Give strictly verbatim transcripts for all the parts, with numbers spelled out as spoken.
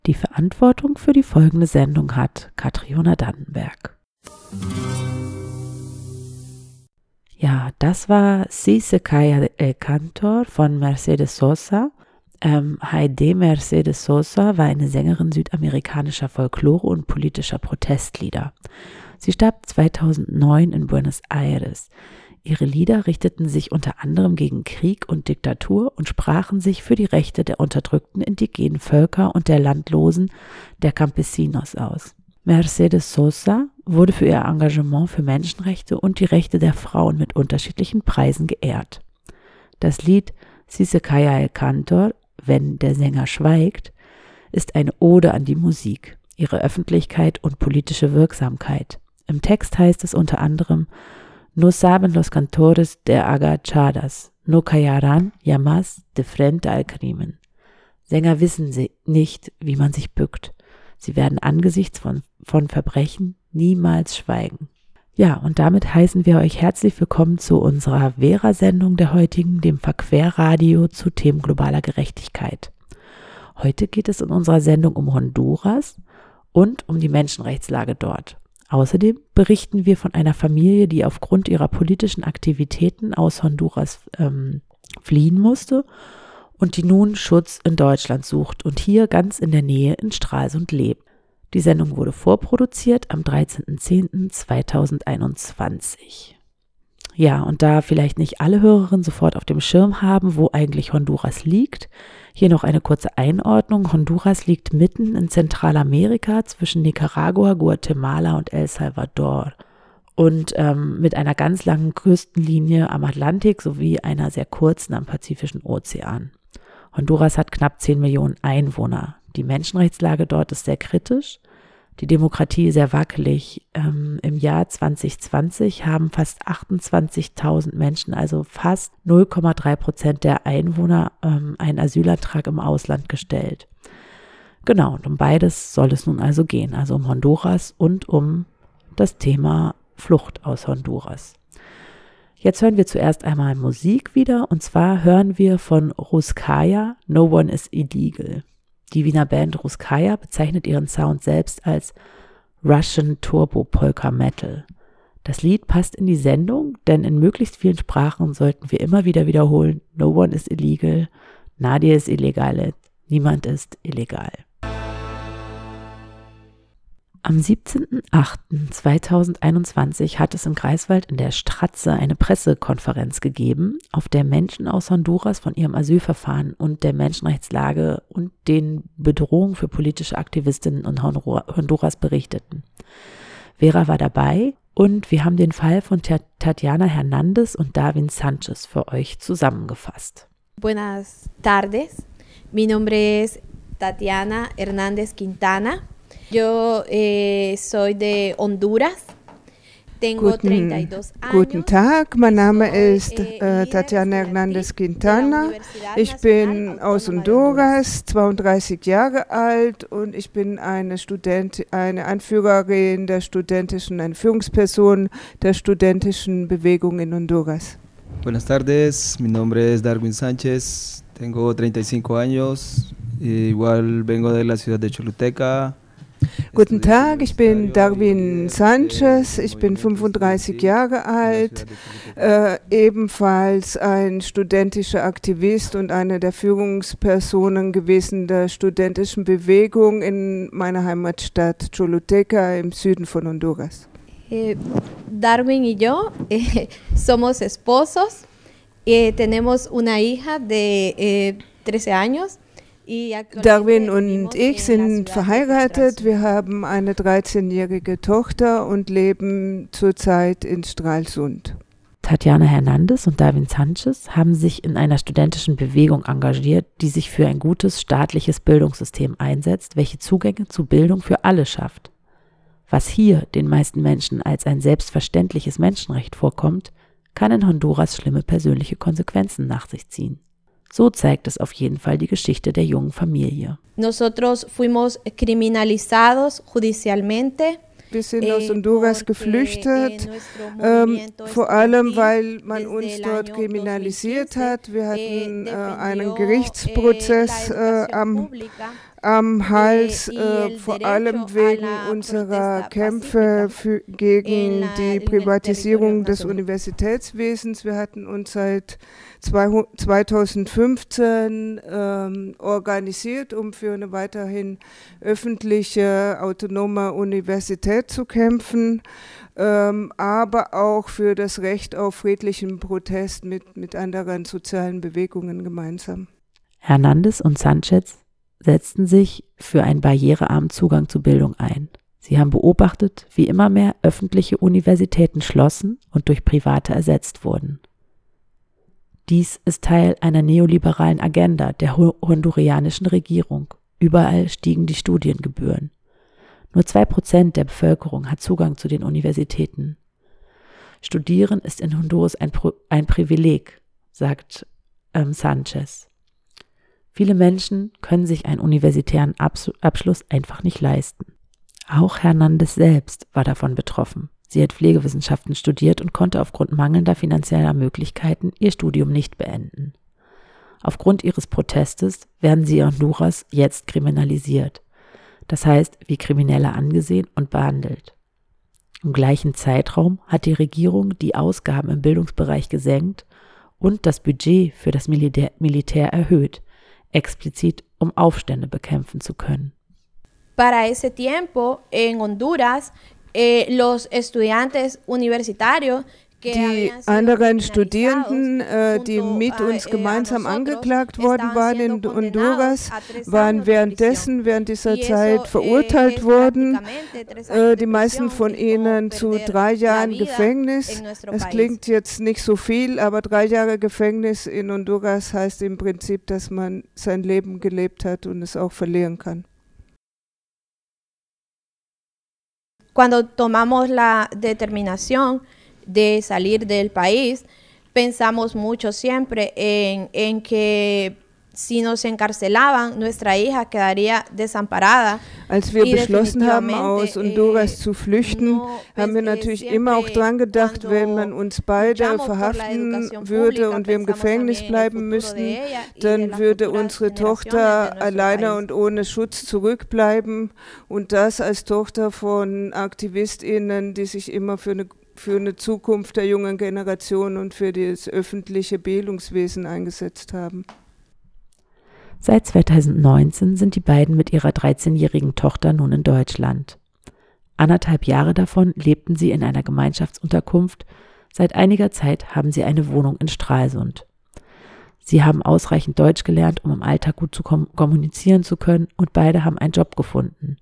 Die Verantwortung für die folgende Sendung hat Katriona Dannenberg. Ja, das war Si se cae el cantor von Mercedes Sosa. Ähm, Haydée Mercedes Sosa war eine Sängerin südamerikanischer Folklore und politischer Protestlieder. Sie starb zweitausendneun in Buenos Aires. Ihre Lieder richteten sich unter anderem gegen Krieg und Diktatur und sprachen sich für die Rechte der unterdrückten indigenen Völker und der Landlosen, der Campesinos aus. Mercedes Sosa wurde für ihr Engagement für Menschenrechte und die Rechte der Frauen mit unterschiedlichen Preisen geehrt. Das Lied Si se cae el cantor, wenn der Sänger schweigt, ist eine Ode an die Musik, ihre Öffentlichkeit und politische Wirksamkeit. Im Text heißt es unter anderem: No saben los cantores de agachadas, no callarán jamás de frente al crimen. Sänger wissen sie nicht, wie man sich bückt. Sie werden angesichts von, von Verbrechen niemals schweigen. Ja, und damit heißen wir euch herzlich willkommen zu unserer Vera-Sendung der heutigen, dem Verquerradio zu Themen globaler Gerechtigkeit. Heute geht es in unserer Sendung um Honduras und um die Menschenrechtslage dort. Außerdem berichten wir von einer Familie, die aufgrund ihrer politischen Aktivitäten aus Honduras ähm, fliehen musste und die nun Schutz in Deutschland sucht und hier ganz in der Nähe in Stralsund lebt. Die Sendung wurde vorproduziert am dreizehnten zehnten zweitausendeinundzwanzig. Ja, und da vielleicht nicht alle Hörerinnen sofort auf dem Schirm haben, wo eigentlich Honduras liegt, hier noch eine kurze Einordnung. Honduras liegt mitten in Zentralamerika zwischen Nicaragua, Guatemala und El Salvador und ähm, mit einer ganz langen Küstenlinie am Atlantik sowie einer sehr kurzen am Pazifischen Ozean. Honduras hat knapp zehn Millionen Einwohner. Die Menschenrechtslage dort ist sehr kritisch. Die Demokratie sehr wackelig. Ähm, Im Jahr zwanzig zwanzig haben fast achtundzwanzigtausend Menschen, also fast null Komma drei Prozent der Einwohner, ähm, einen Asylantrag im Ausland gestellt. Genau, und um beides soll es nun also gehen, also um Honduras und um das Thema Flucht aus Honduras. Jetzt hören wir zuerst einmal Musik wieder, und zwar hören wir von Ruskaya, No One is Illegal. Die Wiener Band Ruskaya bezeichnet ihren Sound selbst als Russian Turbo Polka Metal. Das Lied passt in die Sendung, denn in möglichst vielen Sprachen sollten wir immer wieder wiederholen: No one is illegal, nadie ist illegal, niemand ist illegal. Am siebzehnten achten zweitausendeinundzwanzig hat es im Greifswald in der Stratze eine Pressekonferenz gegeben, auf der Menschen aus Honduras von ihrem Asylverfahren und der Menschenrechtslage und den Bedrohungen für politische Aktivistinnen in Honduras berichteten. Vera war dabei und wir haben den Fall von Tatiana Hernandez und Darwin Sanchez für euch zusammengefasst. Buenas tardes, mi nombre es Tatiana Hernández Quintana. Yo eh, soy de Honduras. Tengo Guten, años. guten Tag, mein Name ist äh, Tatiana Hernández Quintana. Ich bin aus Honduras, zweiunddreißig Jahre alt, und ich bin eine Student, eine Anführerin der studentischen, eine Führungsperson der studentischen Bewegung in Honduras. Buenas tardes, mi nombre es Darwin Sánchez, tengo treinta y cinco años, igual vengo de la ciudad de Choluteca. Guten Tag, ich bin Darwin Sanchez, ich bin fünfunddreißig Jahre alt, äh, ebenfalls ein studentischer Aktivist und eine der Führungspersonen gewesen der studentischen Bewegung in meiner Heimatstadt Choluteca im Süden von Honduras. Eh, Darwin y yo eh, somos esposos, eh, tenemos una hija de eh, trece años. Darwin und ich sind verheiratet, wir haben eine dreizehnjährige Tochter und leben zurzeit in Stralsund. Tatiana Hernandez und Darwin Sanchez haben sich in einer studentischen Bewegung engagiert, die sich für ein gutes staatliches Bildungssystem einsetzt, welche Zugänge zu Bildung für alle schafft. Was hier den meisten Menschen als ein selbstverständliches Menschenrecht vorkommt, kann in Honduras schlimme persönliche Konsequenzen nach sich ziehen. So zeigt es auf jeden Fall die Geschichte der jungen Familie. Nosotros fuimos criminalizados judicialmente. Wir sind aus Honduras geflüchtet, ähm, vor allem weil man uns dort kriminalisiert hat. Wir hatten äh, einen Gerichtsprozess äh, am am Hals, äh, vor allem wegen unserer Kämpfe für, gegen die Privatisierung des Universitätswesens. Wir hatten uns seit zweitausendfünfzehn ähm, organisiert, um für eine weiterhin öffentliche, autonome Universität zu kämpfen, ähm, aber auch für das Recht auf friedlichen Protest mit, mit anderen sozialen Bewegungen gemeinsam. Hernández und Sánchez setzten sich für einen barrierearmen Zugang zu Bildung ein. Sie haben beobachtet, wie immer mehr öffentliche Universitäten schlossen und durch private ersetzt wurden. Dies ist Teil einer neoliberalen Agenda der hondurianischen Regierung. Überall stiegen die Studiengebühren. Nur zwei Prozent der Bevölkerung hat Zugang zu den Universitäten. Studieren ist in Honduras ein, Pro- ein Privileg, sagt ähm, Sánchez. Viele Menschen können sich einen universitären Abs- Abschluss einfach nicht leisten. Auch Hernández selbst war davon betroffen. Sie hat Pflegewissenschaften studiert und konnte aufgrund mangelnder finanzieller Möglichkeiten ihr Studium nicht beenden. Aufgrund ihres Protestes werden sie in Honduras jetzt kriminalisiert. Das heißt, wie Kriminelle angesehen und behandelt. Im gleichen Zeitraum hat die Regierung die Ausgaben im Bildungsbereich gesenkt und das Budget für das Militär, Militär erhöht, explizit um Aufstände bekämpfen zu können. Para ese tiempo en Honduras, eh, los estudiantes universitarios Die anderen Studierenden, äh, die mit uns gemeinsam angeklagt worden waren in Honduras, waren währenddessen, während dieser Zeit verurteilt worden. Äh, die meisten von ihnen zu drei Jahren Gefängnis. Es klingt jetzt nicht so viel, aber drei Jahre Gefängnis in Honduras heißt im Prinzip, dass man sein Leben gelebt hat und es auch verlieren kann. Cuando tomamos la determinación de salir del país, pensamos mucho siempre en, en que si nos encarcelaban, nuestra hija quedaría desamparada. Als wir beschlossen haben, aus Honduras zu flüchten, haben wir natürlich immer auch dran gedacht, wenn man uns beide verhaften würde und wir im Gefängnis bleiben müssten, dann würde unsere Tochter alleine und ohne Schutz zurückbleiben. Und das als Tochter von AktivistInnen, die sich immer für eine für eine Zukunft der jungen Generation und für das öffentliche Bildungswesen eingesetzt haben. Seit zweitausendneunzehn sind die beiden mit ihrer dreizehnjährigen Tochter nun in Deutschland. Anderthalb Jahre davon lebten sie in einer Gemeinschaftsunterkunft. Seit einiger Zeit haben sie eine Wohnung in Stralsund. Sie haben ausreichend Deutsch gelernt, um im Alltag gut zu kom- kommunizieren zu können, und beide haben einen Job gefunden.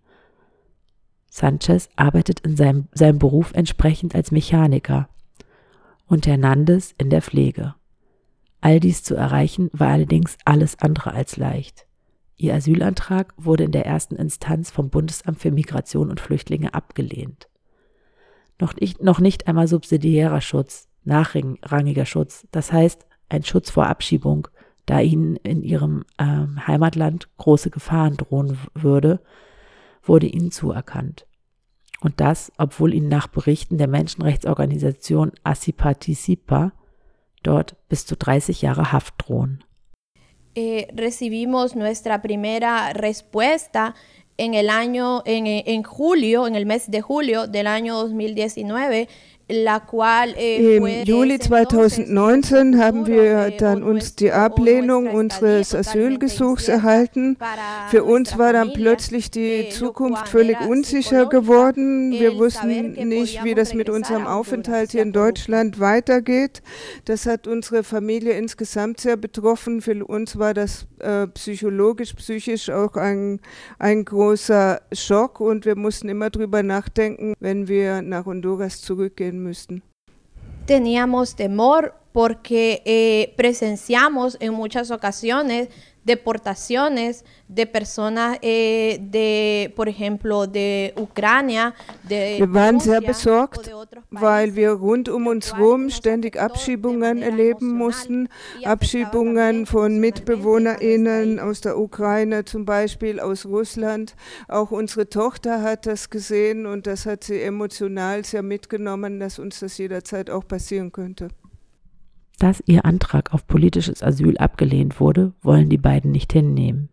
Sánchez arbeitet in seinem, seinem Beruf entsprechend als Mechaniker und Hernández in der Pflege. All dies zu erreichen war allerdings alles andere als leicht. Ihr Asylantrag wurde in der ersten Instanz vom Bundesamt für Migration und Flüchtlinge abgelehnt. Noch nicht, noch nicht einmal subsidiärer Schutz, nachrangiger Schutz, das heißt ein Schutz vor Abschiebung, da ihnen in ihrem ähm, Heimatland große Gefahren drohen würde, wurde ihnen zuerkannt. Und das, obwohl ihnen nach Berichten der Menschenrechtsorganisation ASIPA-TISIPA dort bis zu dreißig Jahre Haft drohen. Eh, recibimos nuestra primera respuesta en el año, en, en julio, en el mes de julio del año dos mil diecinueve. La cual, eh, Im Juli zweitausendneunzehn haben wir dann uns die Ablehnung unseres Asylgesuchs erhalten. Für uns war dann plötzlich die Zukunft völlig unsicher geworden. Wir wussten nicht, wie das mit unserem Aufenthalt hier in Deutschland weitergeht. Das hat unsere Familie insgesamt sehr betroffen. Für uns war das äh, psychologisch, psychisch auch ein, ein großer Schock, und wir mussten immer drüber nachdenken, wenn wir nach Honduras zurückgehen müssten. Teníamos temor porque eh, presenciamos en muchas ocasiones deportaciones de personas eh, de, por ejemplo, de Ucrania, de Wir waren Rusia, sehr besorgt, o de otros weil países, wir rund um uns herum ständig Abschiebungen erleben mussten. Abschiebungen von MitbewohnerInnen aus der Ukraine zum Beispiel, aus Russland. Auch unsere Tochter hat das gesehen, und das hat sie emotional sehr mitgenommen, dass uns das jederzeit auch passieren könnte. Dass ihr Antrag auf politisches Asyl abgelehnt wurde, wollen die beiden nicht hinnehmen.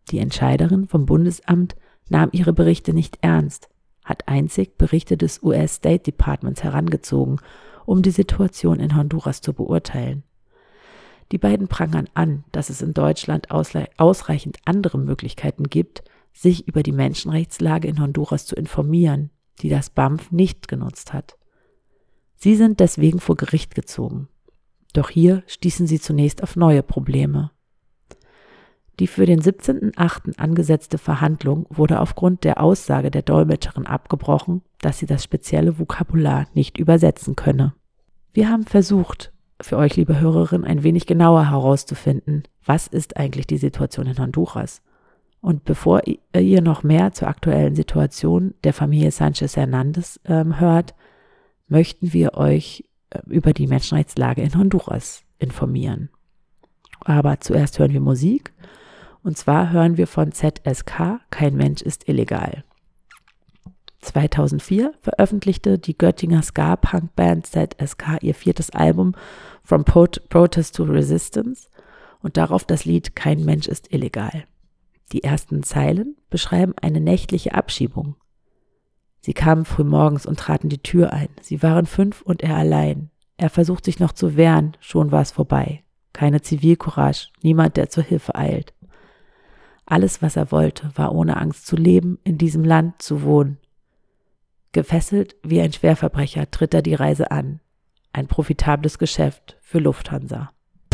Die Entscheiderin vom Bundesamt nahm ihre Berichte nicht ernst, hat einzig Berichte des U S State Departments herangezogen, um die Situation in Honduras zu beurteilen. Die beiden prangern an, dass es in Deutschland ausreichend andere Möglichkeiten gibt, sich über die Menschenrechtslage in Honduras zu informieren, die das B A M F nicht genutzt hat. Sie sind deswegen vor Gericht gezogen. Doch hier stießen sie zunächst auf neue Probleme. Die für den siebzehnten achten angesetzte Verhandlung wurde aufgrund der Aussage der Dolmetscherin abgebrochen, dass sie das spezielle Vokabular nicht übersetzen könne. Wir haben versucht, für euch, liebe Hörerinnen, ein wenig genauer herauszufinden, was ist eigentlich die Situation in Honduras. Und bevor ihr noch mehr zur aktuellen Situation der Familie Sánchez Hernández ähm, hört, möchten wir euch äh, über die Menschenrechtslage in Honduras informieren. Aber zuerst hören wir Musik. Und zwar hören wir von Z S K, Kein Mensch ist illegal. zweitausendvier veröffentlichte die Göttinger Ska-Punk-Band Z S K ihr viertes Album From Protest to Resistance und darauf das Lied Kein Mensch ist illegal. Die ersten Zeilen beschreiben eine nächtliche Abschiebung. Sie kamen frühmorgens und traten die Tür ein. Sie waren fünf und er allein. Er versucht sich noch zu wehren, schon war es vorbei. Keine Zivilcourage, niemand, der zur Hilfe eilt. Alles, was er wollte, war ohne Angst zu leben, in diesem Land zu wohnen. Gefesselt wie ein Schwerverbrecher tritt er die Reise an. Ein profitables Geschäft für Lufthansa.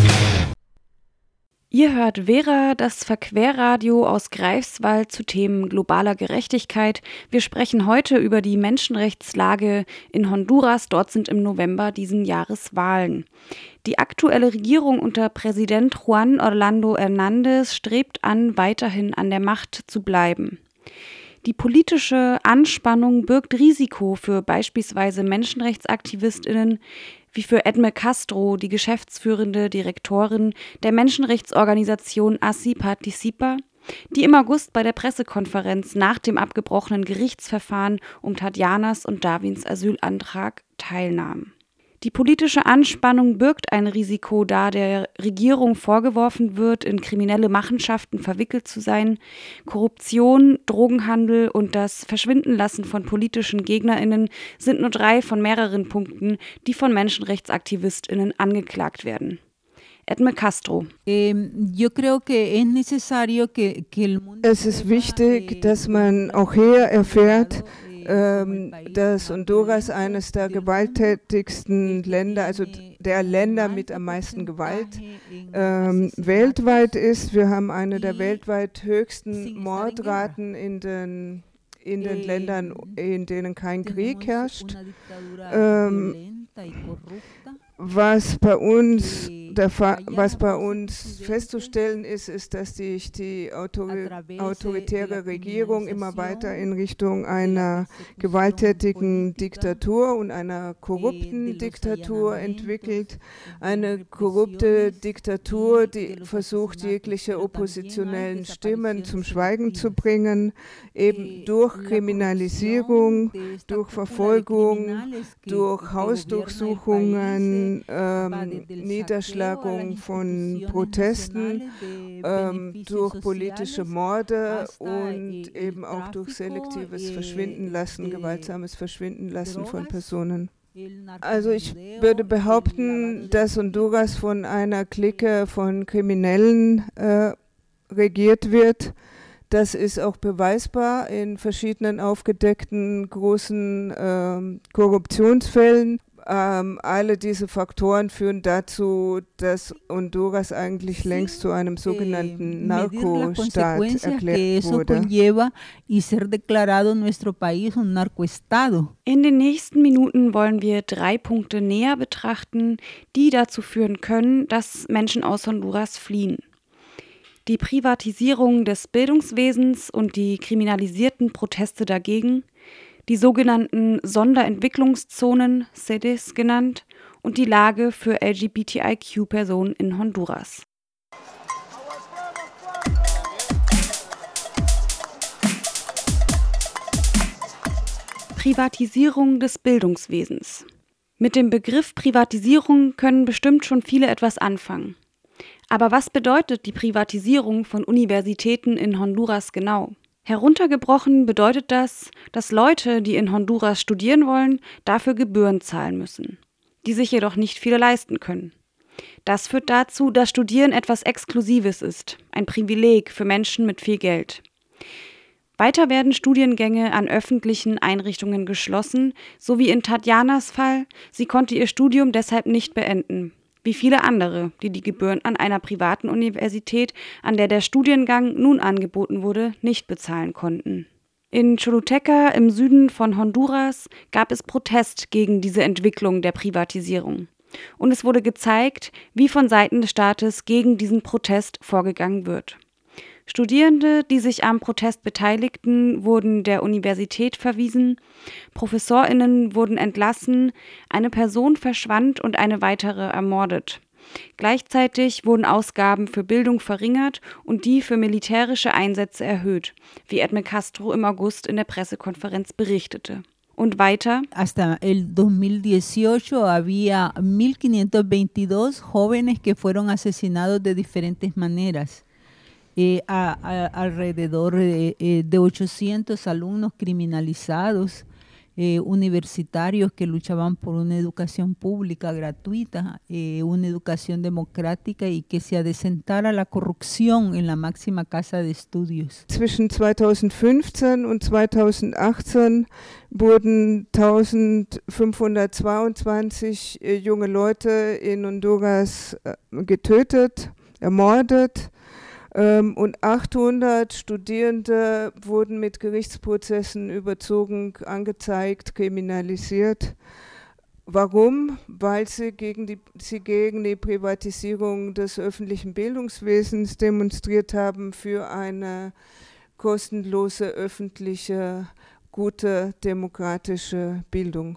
Ihr hört Vera, das Verquerradio aus Greifswald zu Themen globaler Gerechtigkeit. Wir sprechen heute über die Menschenrechtslage in Honduras. Dort sind im November diesen Jahres Wahlen. Die aktuelle Regierung unter Präsident Juan Orlando Hernández strebt an, weiterhin an der Macht zu bleiben. Die politische Anspannung birgt Risiko für beispielsweise MenschenrechtsaktivistInnen wie für Edme Castro, die geschäftsführende Direktorin der Menschenrechtsorganisation Así Participa, die im August bei der Pressekonferenz nach dem abgebrochenen Gerichtsverfahren um Tatjanas und Darwins Asylantrag teilnahm. Die politische Anspannung birgt ein Risiko, da der Regierung vorgeworfen wird, in kriminelle Machenschaften verwickelt zu sein. Korruption, Drogenhandel und das Verschwindenlassen von politischen GegnerInnen sind nur drei von mehreren Punkten, die von MenschenrechtsaktivistInnen angeklagt werden. Edme Castro. Es ist wichtig, dass man auch hier erfährt, dass Honduras eines der gewalttätigsten Länder, also der Länder mit am meisten Gewalt ähm, weltweit ist. Wir haben eine der weltweit höchsten Mordraten in den, in den Ländern, in denen kein Krieg herrscht. Ähm, Was bei uns der Fa- was bei uns festzustellen ist, ist, dass sich die Autori- autoritäre Regierung immer weiter in Richtung einer gewalttätigen Diktatur und einer korrupten Diktatur entwickelt. Eine korrupte Diktatur, die versucht, jegliche oppositionellen Stimmen zum Schweigen zu bringen, eben durch Kriminalisierung, durch Verfolgung, durch Hausdurchsuchungen, ähm, Niederschlagung von Protesten, ähm, durch politische Morde und eben auch durch selektives Verschwindenlassen, gewaltsames Verschwindenlassen von Personen. Also ich würde behaupten, dass Honduras von einer Clique von Kriminellen äh, regiert wird. Das ist auch beweisbar in verschiedenen aufgedeckten großen ähm, Korruptionsfällen. Ähm, alle diese Faktoren führen dazu, dass Honduras eigentlich längst zu einem sogenannten Narkostaat erklärt wurde. In den nächsten Minuten wollen wir drei Punkte näher betrachten, die dazu führen können, dass Menschen aus Honduras fliehen. Die Privatisierung des Bildungswesens und die kriminalisierten Proteste dagegen, die sogenannten Sonderentwicklungszonen, C E D E S genannt, und die Lage für L G B T I Q-Personen in Honduras. Privatisierung des Bildungswesens. Mit dem Begriff Privatisierung können bestimmt schon viele etwas anfangen. Aber was bedeutet die Privatisierung von Universitäten in Honduras genau? Heruntergebrochen bedeutet das, dass Leute, die in Honduras studieren wollen, dafür Gebühren zahlen müssen, die sich jedoch nicht viele leisten können. Das führt dazu, dass Studieren etwas Exklusives ist, ein Privileg für Menschen mit viel Geld. Weiter werden Studiengänge an öffentlichen Einrichtungen geschlossen, so wie in Tatjanas Fall. Sie konnte ihr Studium deshalb nicht beenden, wie viele andere, die die Gebühren an einer privaten Universität, an der der Studiengang nun angeboten wurde, nicht bezahlen konnten. In Choluteca im Süden von Honduras gab es Protest gegen diese Entwicklung der Privatisierung. Und es wurde gezeigt, wie von Seiten des Staates gegen diesen Protest vorgegangen wird. Studierende, die sich am Protest beteiligten, wurden der Universität verwiesen, ProfessorInnen wurden entlassen, eine Person verschwand und eine weitere ermordet. Gleichzeitig wurden Ausgaben für Bildung verringert und die für militärische Einsätze erhöht, wie Edme Castro im August in der Pressekonferenz berichtete. Und weiter. Hasta el dos mil dieciocho había mil quinientos veintidós jóvenes que fueron asesinados de diferentes maneras. Eh, a, a, alrededor eh, de ochocientos alumnos criminalizados, eh, universitarios que luchaban por una educación pública gratuita, eh, una educación democrática y que se adesentara la corrupción en la máxima casa de estudios. Zwischen zweitausendfünfzehn und zweitausendachtzehn wurden eintausendfünfhundertzweiundzwanzig äh, junge Leute in Honduras äh, getötet, ermordet. Ähm, und achthundert Studierende wurden mit Gerichtsprozessen überzogen, angezeigt, kriminalisiert. Warum? Weil sie gegen die, sie gegen die Privatisierung des öffentlichen Bildungswesens demonstriert haben für eine kostenlose, öffentliche, gute, demokratische Bildung.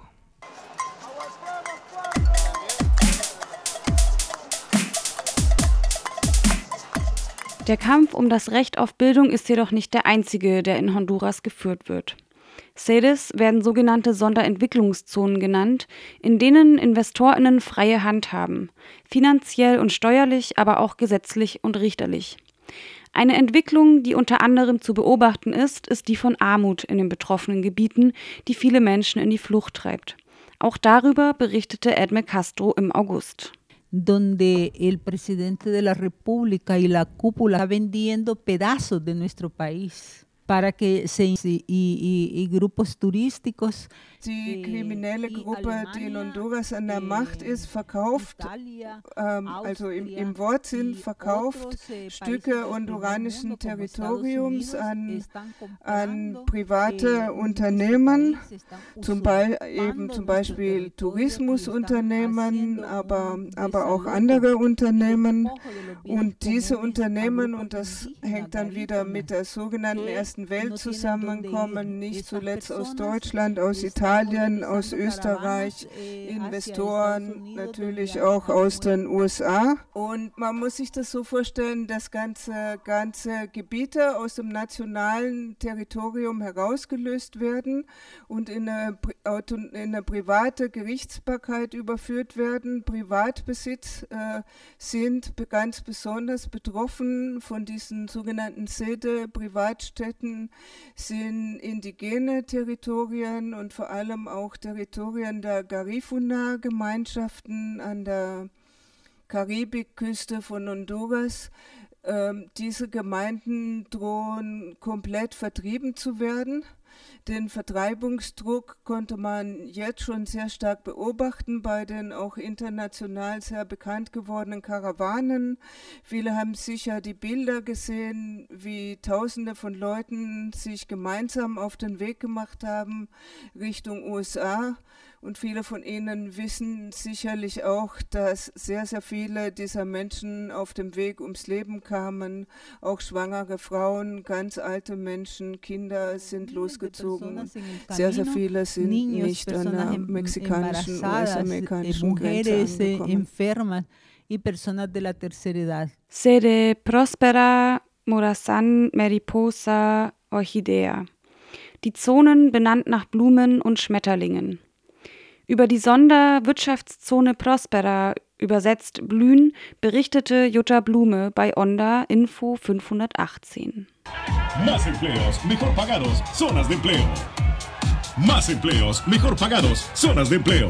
Der Kampf um das Recht auf Bildung ist jedoch nicht der einzige, der in Honduras geführt wird. C E D E S werden sogenannte Sonderentwicklungszonen genannt, in denen InvestorInnen freie Hand haben, finanziell und steuerlich, aber auch gesetzlich und richterlich. Eine Entwicklung, die unter anderem zu beobachten ist, ist die von Armut in den betroffenen Gebieten, die viele Menschen in die Flucht treibt. Auch darüber berichtete Edme Castro im August. Donde el presidente de la República y la cúpula está vendiendo pedazos de nuestro país para que se y, y, y grupos turísticos. Die kriminelle Gruppe, die in Honduras an der Macht ist, verkauft, ähm, also im, im Wortsinn verkauft Stücke honduranischen Territoriums an, an private Unternehmen, zum, Be- eben zum Beispiel Tourismusunternehmen, aber, aber auch andere Unternehmen. Und diese Unternehmen, und das hängt dann wieder mit der sogenannten Ersten Welt zusammenkommen, nicht zuletzt aus Deutschland, aus Italien, aus Österreich, Investoren natürlich auch aus den U S A. Und man muss sich das so vorstellen, dass ganze, ganze Gebiete aus dem nationalen Territorium herausgelöst werden und in eine, in eine private Gerichtsbarkeit überführt werden. Privatbesitz äh, sind ganz besonders betroffen von diesen sogenannten Sede, Privatstädten, sind indigene Territorien und vor allem auch Territorien der Garifuna-Gemeinschaften an der Karibikküste von Honduras. Ähm, diese Gemeinden drohen komplett vertrieben zu werden. Den Vertreibungsdruck konnte man jetzt schon sehr stark beobachten bei den auch international sehr bekannt gewordenen Karawanen. Viele haben sicher die Bilder gesehen, wie Tausende von Leuten sich gemeinsam auf den Weg gemacht haben Richtung U S A. Und viele von Ihnen wissen sicherlich auch, dass sehr, sehr viele dieser Menschen auf dem Weg ums Leben kamen. Auch schwangere Frauen, ganz alte Menschen, Kinder sind losgezogen. Sehr, sehr viele sind nicht an der mexikanischen, U S-amerikanischen Grenze angekommen. Sede Prospera, Morazán, Mariposa, Orchidea. Die Zonen benannt nach Blumen und Schmetterlingen. Über die Sonderwirtschaftszone Prospera, übersetzt Blühen, berichtete Jutta Blume bei Onda Info fünfhundertachtzehn. Más empleos, mejor pagados, zonas de empleo. Más empleos, mejor pagados, zonas de empleo.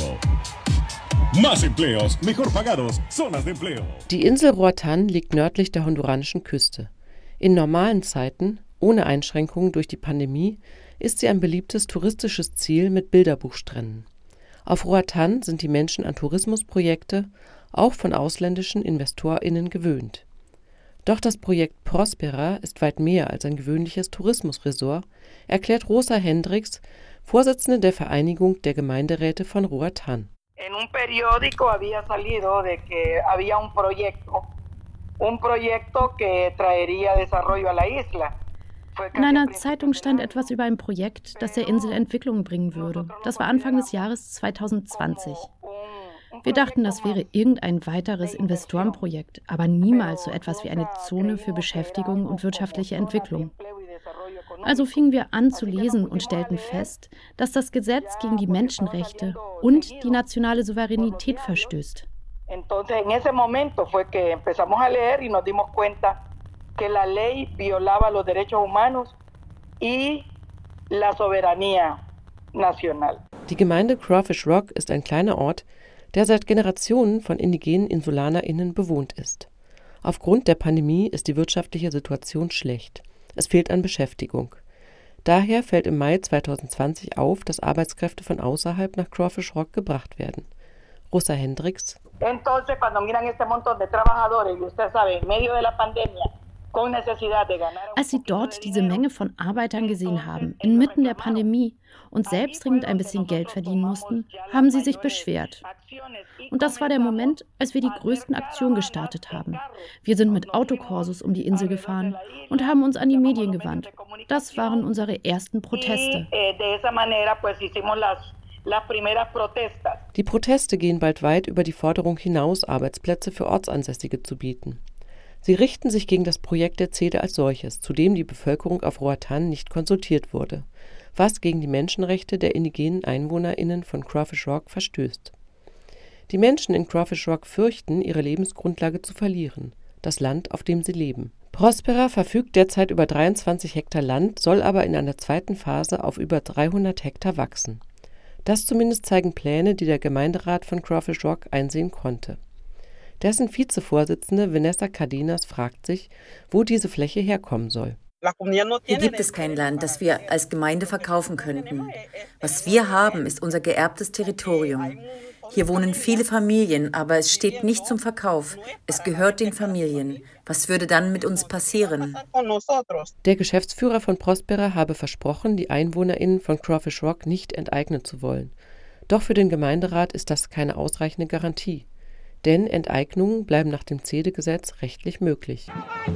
Más empleos, mejor pagados, zonas de empleo. Die Insel Roatán liegt nördlich der honduranischen Küste. In normalen Zeiten, ohne Einschränkungen durch die Pandemie, ist sie ein beliebtes touristisches Ziel mit Bilderbuchstränden. Auf Roatán sind die Menschen an Tourismusprojekte, auch von ausländischen InvestorInnen, gewöhnt. Doch das Projekt Prospera ist weit mehr als ein gewöhnliches Tourismusresort, erklärt Rosa Hendricks, Vorsitzende der Vereinigung der Gemeinderäte von Roatán. En un periódico había salido de que había un proyecto, un proyecto que traería desarrollo a la isla. In einer Zeitung stand etwas über ein Projekt, das der Insel Entwicklung bringen würde. Das war Anfang des Jahres zweitausendzwanzig. Wir dachten, das wäre irgendein weiteres Investorenprojekt, aber niemals so etwas wie eine Zone für Beschäftigung und wirtschaftliche Entwicklung. Also fingen wir an zu lesen und stellten fest, dass das Gesetz gegen die Menschenrechte und die nationale Souveränität verstößt. Entonces en ese momento fue que empezamos a leer y nos dimos cuenta que la ley violaba los derechos humanos y la soberanía nacional. Die Gemeinde Crawfish Rock ist ein kleiner Ort, der seit Generationen von indigenen InsulanerInnen bewohnt ist. Aufgrund der Pandemie ist die wirtschaftliche Situation schlecht. Es fehlt an Beschäftigung. Daher fällt im Mai zweitausendzwanzig auf, dass Arbeitskräfte von außerhalb nach Crawfish Rock gebracht werden. Rosa Hendricks. Entonces, cuando miran este montón de trabajadores, y usted sabe, en medio de la pandemia, als sie dort diese Menge von Arbeitern gesehen haben, inmitten der Pandemie und selbst dringend ein bisschen Geld verdienen mussten, haben sie sich beschwert. Und das war der Moment, als wir die größten Aktionen gestartet haben. Wir sind mit Autokorsos um die Insel gefahren und haben uns an die Medien gewandt. Das waren unsere ersten Proteste. Die Proteste gehen bald weit über die Forderung hinaus, Arbeitsplätze für Ortsansässige zu bieten. Sie richten sich gegen das Projekt der C E D E als solches, zu dem die Bevölkerung auf Roatán nicht konsultiert wurde, was gegen die Menschenrechte der indigenen EinwohnerInnen von Crawfish Rock verstößt. Die Menschen in Crawfish Rock fürchten, ihre Lebensgrundlage zu verlieren, das Land, auf dem sie leben. Prospera verfügt derzeit über dreiundzwanzig Hektar Land, soll aber in einer zweiten Phase auf über dreihundert Hektar wachsen. Das zumindest zeigen Pläne, die der Gemeinderat von Crawfish Rock einsehen konnte. Dessen Vizevorsitzende Vanessa Cardenas fragt sich, wo diese Fläche herkommen soll. Hier gibt es kein Land, das wir als Gemeinde verkaufen könnten. Was wir haben, ist unser geerbtes Territorium. Hier wohnen viele Familien, aber es steht nicht zum Verkauf. Es gehört den Familien. Was würde dann mit uns passieren? Der Geschäftsführer von Prospera habe versprochen, die EinwohnerInnen von Crawfish Rock nicht enteignen zu wollen. Doch für den Gemeinderat ist das keine ausreichende Garantie. Denn Enteignungen bleiben nach dem C E D E-Gesetz rechtlich möglich.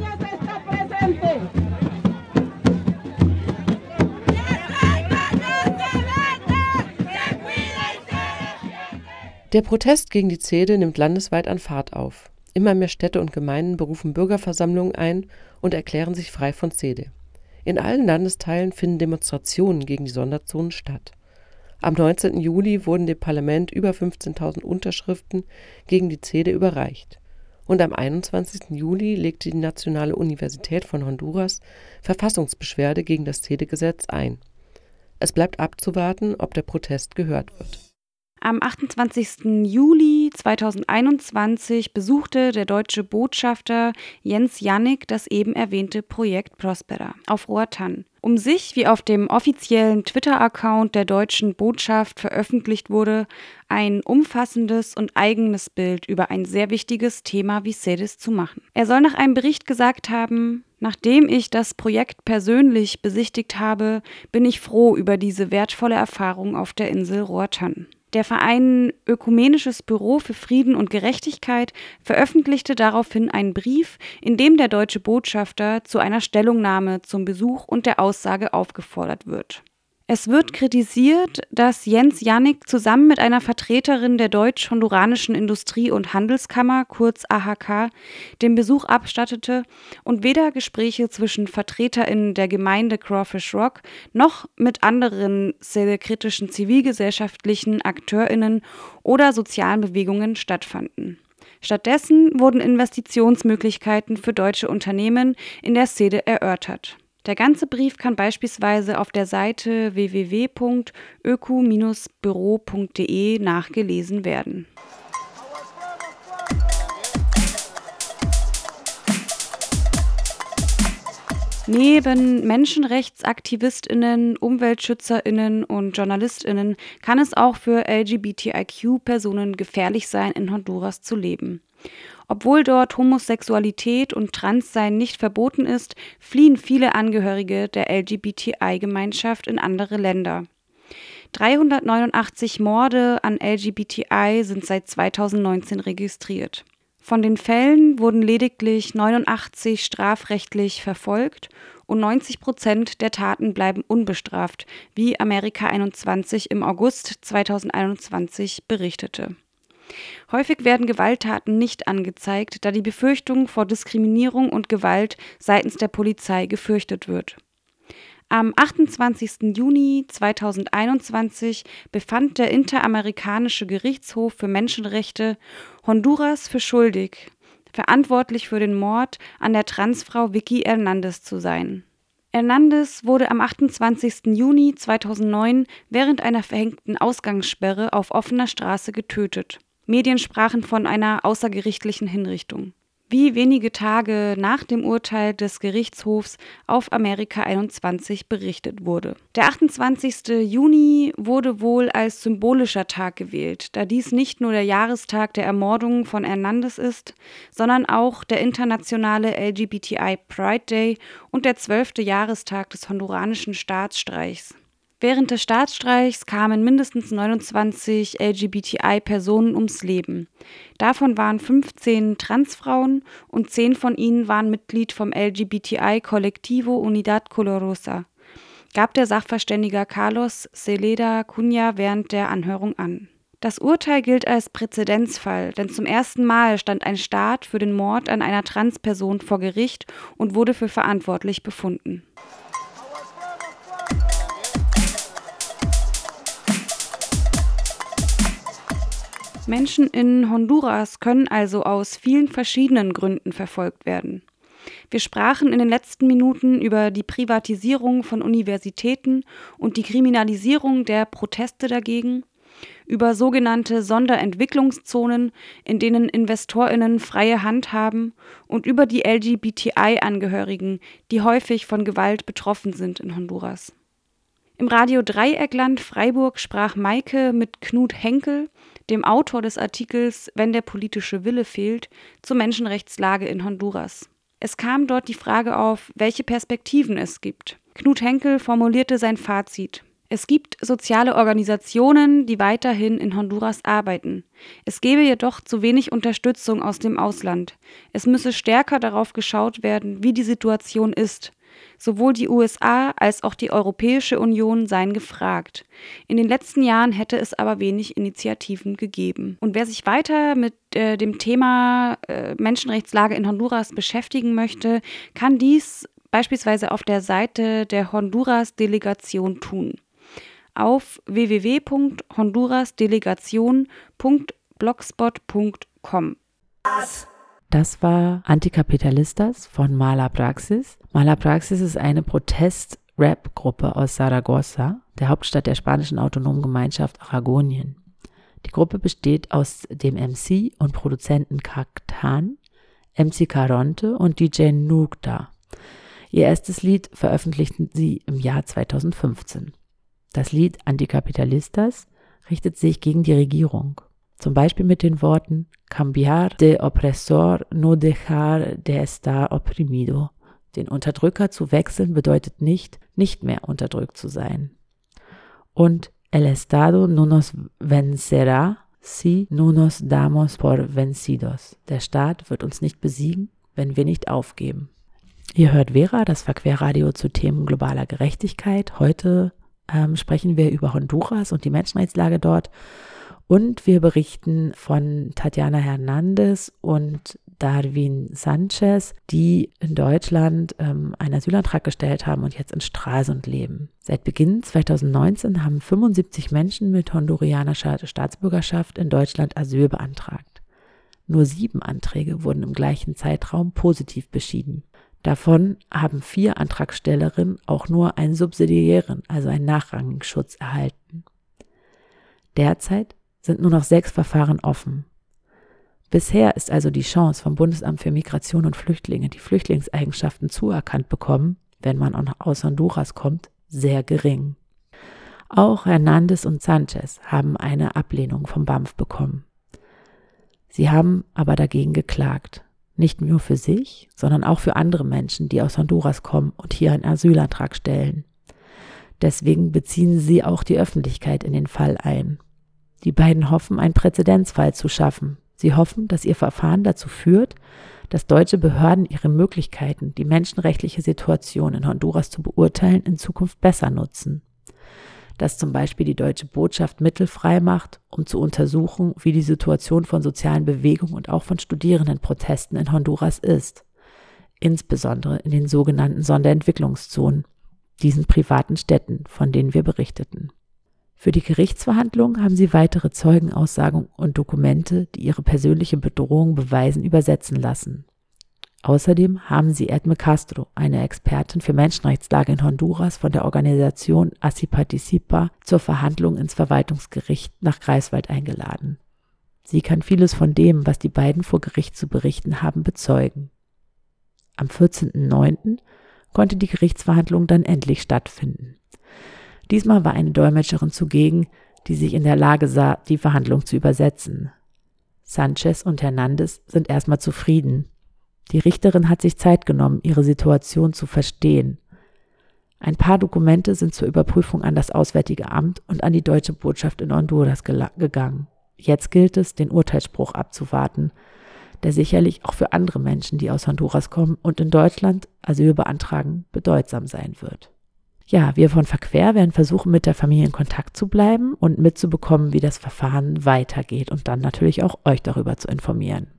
Der Protest gegen die C E D E nimmt landesweit an Fahrt auf. Immer mehr Städte und Gemeinden berufen Bürgerversammlungen ein und erklären sich frei von C E D E. In allen Landesteilen finden Demonstrationen gegen die Sonderzonen statt. Am neunzehnten Juli wurden dem Parlament über fünfzehntausend Unterschriften gegen die C E D E überreicht. Und am einundzwanzigsten Juli legte die Nationale Universität von Honduras Verfassungsbeschwerde gegen das C E D E-Gesetz ein. Es bleibt abzuwarten, ob der Protest gehört wird. Am achtundzwanzigsten Juli zweitausendeinundzwanzig besuchte der deutsche Botschafter Jens Jannik das eben erwähnte Projekt Prospera auf Roatán, um sich, wie auf dem offiziellen Twitter-Account der deutschen Botschaft veröffentlicht wurde, ein umfassendes und eigenes Bild über ein sehr wichtiges Thema wie C E D E S zu machen. Er soll nach einem Bericht gesagt haben: Nachdem ich das Projekt persönlich besichtigt habe, bin ich froh über diese wertvolle Erfahrung auf der Insel Roatán. Der Verein Ökumenisches Büro für Frieden und Gerechtigkeit veröffentlichte daraufhin einen Brief, in dem der deutsche Botschafter zu einer Stellungnahme zum Besuch und der Aussage aufgefordert wird. Es wird kritisiert, dass Jens Jannik zusammen mit einer Vertreterin der deutsch-honduranischen Industrie- und Handelskammer, kurz A H K, den Besuch abstattete und weder Gespräche zwischen VertreterInnen der Gemeinde Crawfish Rock noch mit anderen kritischen zivilgesellschaftlichen AkteurInnen oder sozialen Bewegungen stattfanden. Stattdessen wurden Investitionsmöglichkeiten für deutsche Unternehmen in der Szene erörtert. Der ganze Brief kann beispielsweise auf der Seite w w w punkt öko Bindestrich büro punkt de nachgelesen werden. Neben MenschenrechtsaktivistInnen, UmweltschützerInnen und JournalistInnen kann es auch für L G B T I Q-Personen gefährlich sein, in Honduras zu leben. Obwohl dort Homosexualität und Transsein nicht verboten ist, fliehen viele Angehörige der L G B T I-Gemeinschaft in andere Länder. dreihundertneunundachtzig Morde an L G B T I sind seit zweitausendneunzehn registriert. Von den Fällen wurden lediglich neunundachtzig strafrechtlich verfolgt und neunzig Prozent der Taten bleiben unbestraft, wie Amerika einundzwanzig im August zweitausendeinundzwanzig berichtete. Häufig werden Gewalttaten nicht angezeigt, da die Befürchtung vor Diskriminierung und Gewalt seitens der Polizei gefürchtet wird. Am achtundzwanzigsten Juni zweitausendeinundzwanzig befand der Interamerikanische Gerichtshof für Menschenrechte Honduras für schuldig, verantwortlich für den Mord an der Transfrau Vicky Hernandez zu sein. Hernandez wurde am achtundzwanzigsten Juni zweitausendneun während einer verhängten Ausgangssperre auf offener Straße getötet. Medien sprachen von einer außergerichtlichen Hinrichtung. Wie wenige Tage nach dem Urteil des Gerichtshofs auf Amerika einundzwanzig berichtet wurde. Der achtundzwanzigste Juni wurde wohl als symbolischer Tag gewählt, da dies nicht nur der Jahrestag der Ermordung von Hernandez ist, sondern auch der internationale L G B T I Pride Day und der zwölfte Jahrestag des honduranischen Staatsstreichs. Während des Staatsstreichs kamen mindestens neunundzwanzig L G B T I-Personen ums Leben. Davon waren fünfzehn Transfrauen und zehn von ihnen waren Mitglied vom L G B T I-Kollektivo Unidad Colorosa, gab der Sachverständiger Carlos Celeda Cunha während der Anhörung an. Das Urteil gilt als Präzedenzfall, denn zum ersten Mal stand ein Staat für den Mord an einer Transperson vor Gericht und wurde für verantwortlich befunden. Menschen in Honduras können also aus vielen verschiedenen Gründen verfolgt werden. Wir sprachen in den letzten Minuten über die Privatisierung von Universitäten und die Kriminalisierung der Proteste dagegen, über sogenannte Sonderentwicklungszonen, in denen InvestorInnen freie Hand haben, und über die L G B T I-Angehörigen, die häufig von Gewalt betroffen sind in Honduras. Im Radio Dreieckland Freiburg sprach Maike mit Knut Henkel, dem Autor des Artikels »Wenn der politische Wille fehlt« zur Menschenrechtslage in Honduras. Es kam dort die Frage auf, welche Perspektiven es gibt. Knut Henkel formulierte sein Fazit. Es gibt soziale Organisationen, die weiterhin in Honduras arbeiten. Es gebe jedoch zu wenig Unterstützung aus dem Ausland. Es müsse stärker darauf geschaut werden, wie die Situation ist. Sowohl die U S A als auch die Europäische Union seien gefragt. In den letzten Jahren hätte es aber wenig Initiativen gegeben. Und wer sich weiter mit äh, dem Thema äh, Menschenrechtslage in Honduras beschäftigen möchte, kann dies beispielsweise auf der Seite der Honduras-Delegation tun. Auf w w w punkt hondurasdelegation punkt blogspot punkt com. Das war Antikapitalistas von Mala Praxis. Mala Praxis ist eine Protest-Rap-Gruppe aus Zaragoza, der Hauptstadt der spanischen autonomen Gemeinschaft Aragonien. Die Gruppe besteht aus dem M C und Produzenten Cactan, M C Caronte und D J Nugda. Ihr erstes Lied veröffentlichten sie im Jahr zweitausendfünfzehn. Das Lied Antikapitalistas richtet sich gegen die Regierung. Zum Beispiel mit den Worten Cambiar de opresor no dejar de estar oprimido. Den Unterdrücker zu wechseln bedeutet nicht, nicht mehr unterdrückt zu sein. Und el Estado no nos vencerá si no nos damos por vencidos. Der Staat wird uns nicht besiegen, wenn wir nicht aufgeben. Ihr hört Vera, das Verquerradio zu Themen globaler Gerechtigkeit, heute ähm, sprechen wir über Honduras und die Menschenrechtslage dort. Und wir berichten von Tatiana Hernandez und Darwin Sanchez, die in Deutschland ähm, einen Asylantrag gestellt haben und jetzt in Stralsund leben. Seit Beginn zweitausendneunzehn haben fünfundsiebzig Menschen mit hondurianischer Staatsbürgerschaft in Deutschland Asyl beantragt. Nur sieben Anträge wurden im gleichen Zeitraum positiv beschieden. Davon haben vier Antragstellerinnen auch nur einen subsidiären, also einen nachrangigen Schutz erhalten. Derzeit sind nur noch sechs Verfahren offen. Bisher ist also die Chance vom Bundesamt für Migration und Flüchtlinge, die Flüchtlingseigenschaften zuerkannt bekommen, wenn man aus Honduras kommt, sehr gering. Auch Hernandez und Sanchez haben eine Ablehnung vom B A M F bekommen. Sie haben aber dagegen geklagt. Nicht nur für sich, sondern auch für andere Menschen, die aus Honduras kommen und hier einen Asylantrag stellen. Deswegen beziehen sie auch die Öffentlichkeit in den Fall ein. Die beiden hoffen, einen Präzedenzfall zu schaffen. Sie hoffen, dass ihr Verfahren dazu führt, dass deutsche Behörden ihre Möglichkeiten, die menschenrechtliche Situation in Honduras zu beurteilen, in Zukunft besser nutzen. Dass zum Beispiel die deutsche Botschaft Mittel frei macht, um zu untersuchen, wie die Situation von sozialen Bewegungen und auch von Studierendenprotesten in Honduras ist. Insbesondere in den sogenannten Sonderentwicklungszonen, diesen privaten Städten, von denen wir berichteten. Für die Gerichtsverhandlung haben sie weitere Zeugenaussagen und Dokumente, die ihre persönliche Bedrohung beweisen, übersetzen lassen. Außerdem haben sie Edme Castro, eine Expertin für Menschenrechtslage in Honduras von der Organisation Así Participa, zur Verhandlung ins Verwaltungsgericht nach Greifswald eingeladen. Sie kann vieles von dem, was die beiden vor Gericht zu berichten haben, bezeugen. Am vierzehnten neunten konnte die Gerichtsverhandlung dann endlich stattfinden. Diesmal war eine Dolmetscherin zugegen, die sich in der Lage sah, die Verhandlung zu übersetzen. Sanchez und Hernandez sind erstmal zufrieden. Die Richterin hat sich Zeit genommen, ihre Situation zu verstehen. Ein paar Dokumente sind zur Überprüfung an das Auswärtige Amt und an die deutsche Botschaft in Honduras gegangen. Jetzt gilt es, den Urteilsspruch abzuwarten, der sicherlich auch für andere Menschen, die aus Honduras kommen und in Deutschland Asyl beantragen, bedeutsam sein wird. Ja, wir von Verquer werden versuchen, mit der Familie in Kontakt zu bleiben und mitzubekommen, wie das Verfahren weitergeht und dann natürlich auch euch darüber zu informieren.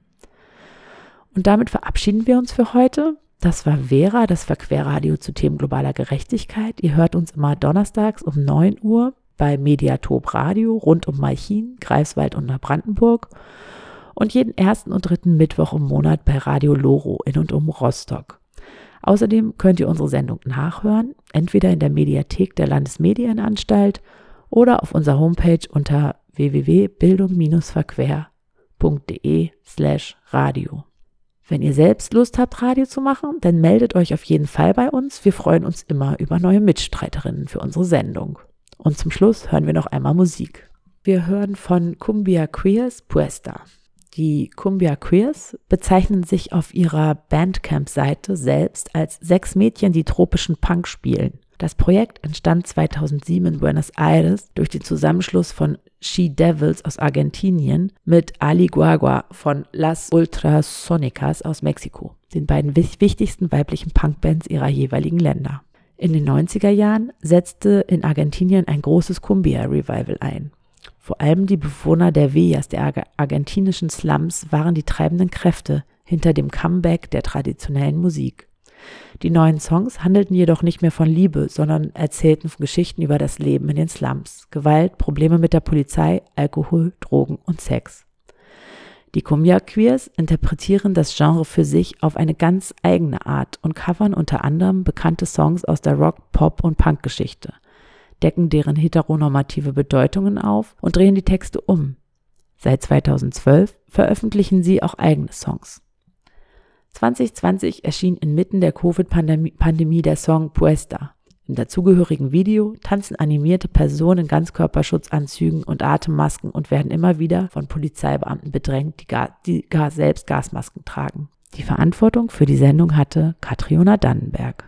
Und damit verabschieden wir uns für heute. Das war Vera, das Verquer-Radio zu Themen globaler Gerechtigkeit. Ihr hört uns immer donnerstags um neun Uhr bei Mediatop Radio rund um Malchin, Greifswald und Neubrandenburg und jeden ersten und dritten Mittwoch im Monat bei Radio Loro in und um Rostock. Außerdem könnt ihr unsere Sendung nachhören, entweder in der Mediathek der Landesmedienanstalt oder auf unserer Homepage unter w w w punkt bildung Bindestrich verquer punkt de slash radio. Wenn ihr selbst Lust habt, Radio zu machen, dann meldet euch auf jeden Fall bei uns. Wir freuen uns immer über neue Mitstreiterinnen für unsere Sendung. Und zum Schluss hören wir noch einmal Musik. Wir hören von Cumbia Queers Puesta. Die Cumbia Queers bezeichnen sich auf ihrer Bandcamp-Seite selbst als sechs Mädchen, die tropischen Punk spielen. Das Projekt entstand zweitausendsieben in Buenos Aires durch den Zusammenschluss von She Devils aus Argentinien mit Ali Guagua von Las Ultrasonicas aus Mexiko, den beiden wichtigsten weiblichen Punkbands ihrer jeweiligen Länder. In den neunziger Jahren setzte in Argentinien ein großes Cumbia-Revival ein. Vor allem die Bewohner der Villas der argentinischen Slums waren die treibenden Kräfte hinter dem Comeback der traditionellen Musik. Die neuen Songs handelten jedoch nicht mehr von Liebe, sondern erzählten Geschichten über das Leben in den Slums, Gewalt, Probleme mit der Polizei, Alkohol, Drogen und Sex. Die Cumbia Queers interpretieren das Genre für sich auf eine ganz eigene Art und covern unter anderem bekannte Songs aus der Rock-, Pop- und Punk-Geschichte, decken deren heteronormative Bedeutungen auf und drehen die Texte um. Seit zweitausendzwölf veröffentlichen sie auch eigene Songs. zwanzig zwanzig erschien inmitten der Covid-Pandemie der Song Puesta. Im dazugehörigen Video tanzen animierte Personen in Ganzkörperschutzanzügen und Atemmasken und werden immer wieder von Polizeibeamten bedrängt, die, gar, die gar selbst Gasmasken tragen. Die Verantwortung für die Sendung hatte Katriona Dannenberg.